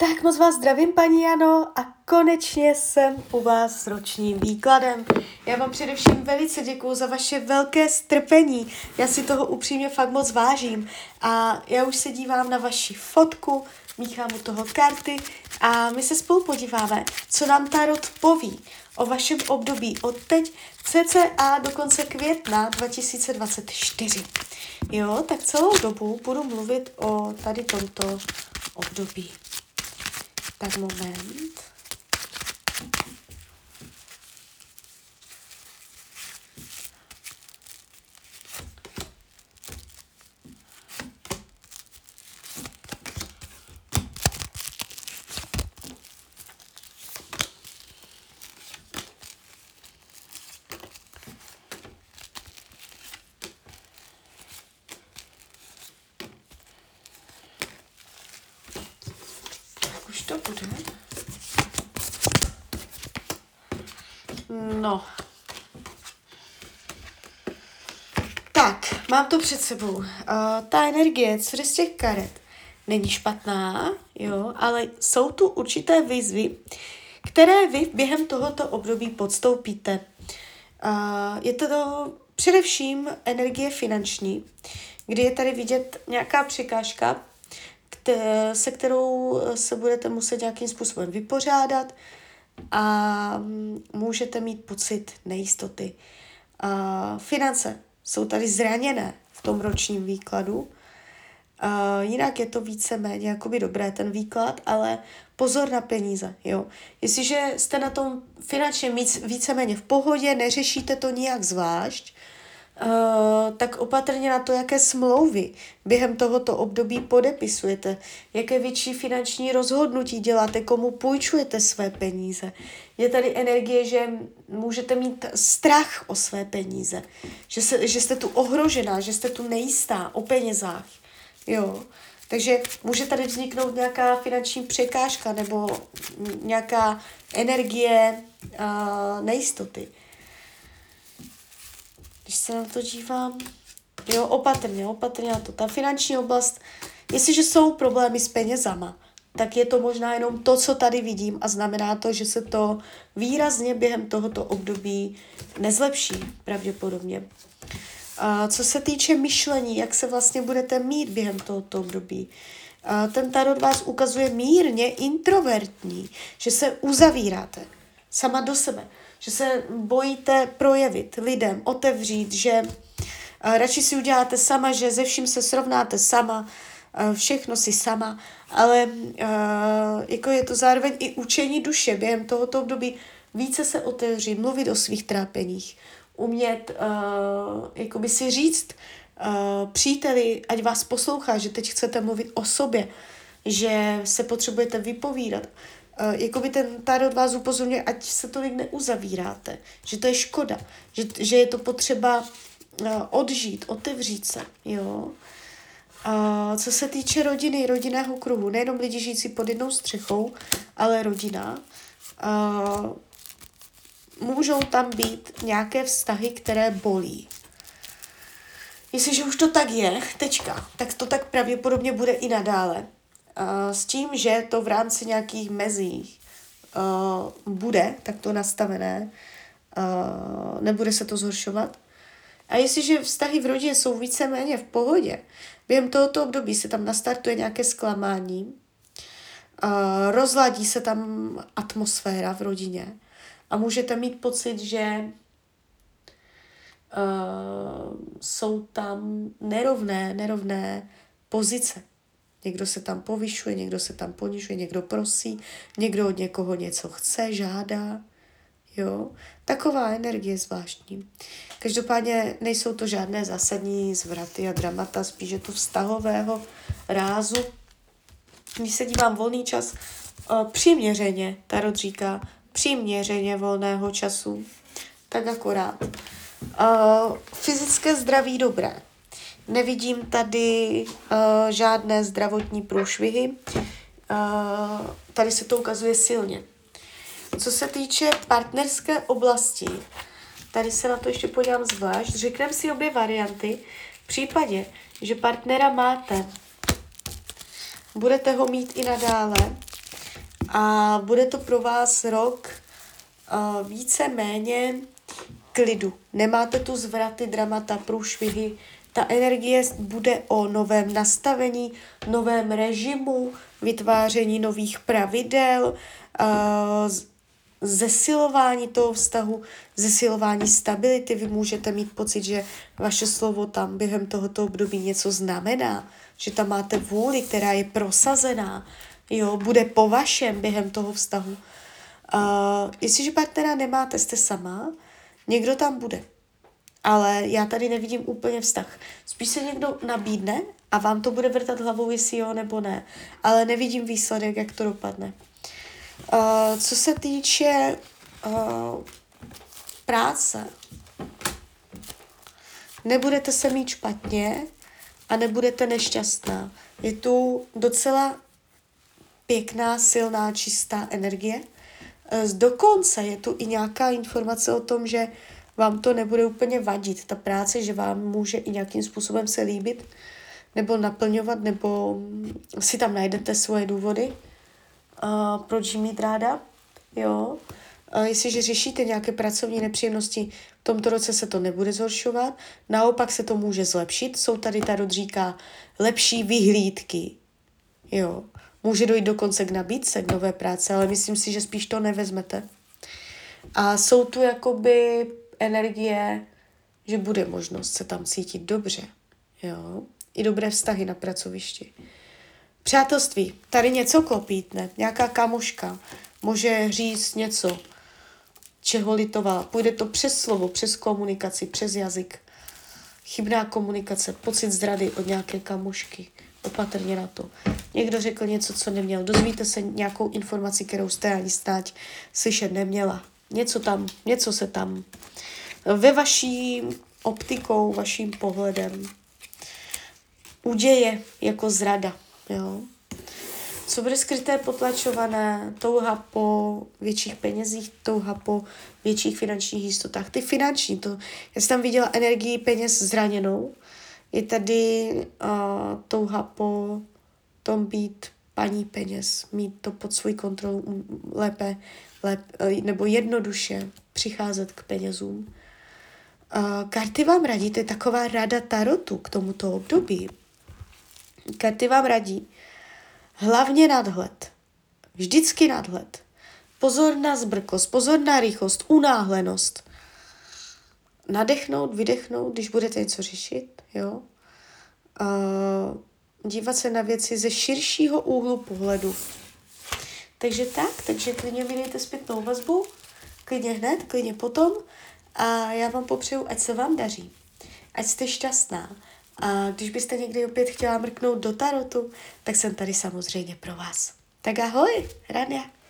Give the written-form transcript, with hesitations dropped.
Tak moc vás zdravím, paní Jano, a konečně jsem u vás s ročním výkladem. Já vám především velice děkuju za vaše velké strpení. Já si toho upřímně fakt moc vážím. A já už se dívám na vaši fotku, míchám u toho karty a my se spolu podíváme, co nám Tarot poví o vašem období od teď cca do konce května 2024. Jo, tak celou dobu budu mluvit o tady tomto období. Tak moment. Už to bude. No. Tak, mám to před sebou. Ta energie, co jde z těch karet, není špatná, jo, ale jsou tu určité výzvy, které vy během tohoto období podstoupíte. Je to především energie finanční, kdy je tady vidět nějaká překážka, se kterou se budete muset nějakým způsobem vypořádat a můžete mít pocit nejistoty. Finance jsou tady zraněné v tom ročním výkladu. Jinak je to víceméně jakoby dobré ten výklad, ale pozor na peníze. Jo? Jestliže jste na tom finančně víceméně v pohodě, neřešíte to nijak zvlášť, tak opatrně na to, jaké smlouvy během tohoto období podepisujete, jaké větší finanční rozhodnutí děláte, komu půjčujete své peníze. Je tady energie, že můžete mít strach o své peníze, že jste tu ohrožená, že jste tu nejistá o penězách. Jo. Takže může tady vzniknout nějaká finanční překážka nebo nějaká energie nejistoty. Když se na to dívám, jo, opatrně na to. Ta finanční oblast, jestliže jsou problémy s penězama, tak je to možná jenom to, co tady vidím a znamená to, že se to výrazně během tohoto období nezlepší, pravděpodobně. Co se týče myšlení, jak se vlastně budete mít během tohoto období, ten tarot vás ukazuje mírně introvertní, že se uzavíráte sama do sebe, že se bojíte projevit lidem, otevřít, že radši si uděláte sama, že ze vším se srovnáte sama, všechno si sama, ale jako je to zároveň i učení duše během tohoto období více se otevřít, mluvit o svých trápeních, umět jakoby si říct příteli, ať vás poslouchá, že teď chcete mluvit o sobě, že se potřebujete vypovídat. Jakoby ten tarot vás upozorňuje, ať se tolik neuzavíráte, že to je škoda, že je to potřeba odžít, otevřít se, jo. Co se týče rodiny, rodinného kruhu, nejenom lidi žijící pod jednou střechou, ale rodina, můžou tam být nějaké vztahy, které bolí. Jestliže už to tak je, tak to tak pravděpodobně bude i nadále. S tím, že to v rámci nějakých mezích bude takto nastavené, nebude se to zhoršovat. A jestliže vztahy v rodině jsou víceméně v pohodě, během tohoto období se tam nastartuje nějaké zklamání, rozladí se tam atmosféra v rodině a můžete mít pocit, že jsou tam nerovné pozice. Někdo se tam povyšuje, někdo se tam ponižuje, někdo prosí, někdo od někoho něco chce, žádá. Jo? Taková energie zvláštní. Každopádně nejsou to žádné zásadní zvraty a dramata, spíš je to vztahového rázu. Když se dívám volný čas, přiměřeně, tarot říká, přiměřeně volného času. Tak akorát. Fyzické zdraví dobré. Nevidím tady žádné zdravotní průšvihy. Tady se to ukazuje silně. Co se týče partnerské oblasti, tady se na to ještě podívám zvlášť. Řekneme si obě varianty. V případě, že partnera máte, budete ho mít i nadále, A bude to pro vás rok více-méně klidu. Nemáte tu zvraty, dramata, průšvihy. Ta energie bude o novém nastavení, novém režimu, vytváření nových pravidel, zesilování toho vztahu, zesilování stability. Vy můžete mít pocit, že vaše slovo tam během tohoto období něco znamená, že tam máte vůli, která je prosazená, jo, bude po vašem během toho vztahu. Jestliže partnera nemáte, jste sama, někdo tam bude. Ale já tady nevidím úplně vztah. Spíš se někdo nabídne a vám to bude vrtat hlavou, jestli jo nebo ne. Ale nevidím výsledek, jak to dopadne. Co se týče práce, nebudete se mít špatně a nebudete nešťastná. Je tu docela pěkná, silná, čistá energie. Dokonce je tu i nějaká informace o tom, že vám to nebude úplně vadit, ta práce, že vám může i nějakým způsobem se líbit, nebo naplňovat, nebo si tam najdete svoje důvody, proč jí mít ráda, jo. Jestliže řešíte nějaké pracovní nepříjemnosti, v tomto roce se to nebude zhoršovat, naopak se to může zlepšit, jsou tady, tarot říká, lepší vyhlídky, jo. Může dojít dokonce k nabídce, k nové práce, ale myslím si, že spíš to nevezmete. A jsou tu jakoby energie, že bude možnost se tam cítit dobře, jo. I dobré vztahy na pracovišti. Přátelství, tady něco klopítne, nějaká kamoška může říct něco, čeho litovala. Půjde to přes slovo, přes komunikaci, přes jazyk. Chybná komunikace, pocit zrady od nějaké kamošky. Opatrně na to. Někdo řekl něco, co neměl. Dozvíte se nějakou informaci, kterou jste ani snad slyšet neměla. Něco se tam ve vaší optikou, vaším pohledem uděje jako zrada. Jo? Co bude skryté, potlačované, touha po větších penězích, touha po větších finančních jistotách. Ty finanční, já jsem tam viděla energii peněz zraněnou, je tady touha po tom být paní peněz, mít to pod svou kontrolu lépe nebo jednoduše přicházet k penězům. Karty vám radí, to je taková rada tarotu k tomuto období. Karty vám radí hlavně nadhled. Vždycky nadhled. Pozor na zbrkost, pozor na rychlost, unáhlenost. Nadechnout, vydechnout, když budete něco řešit, jo. Dívat se na věci ze širšího úhlu pohledu. Takže klidně mi dejte zpětnou vazbu, klidně hned, klidně potom a já vám popřeju, ať se vám daří, ať jste šťastná. A když byste někdy opět chtěla mrknout do tarotu, tak jsem tady samozřejmě pro vás. Tak ahoj, Rania.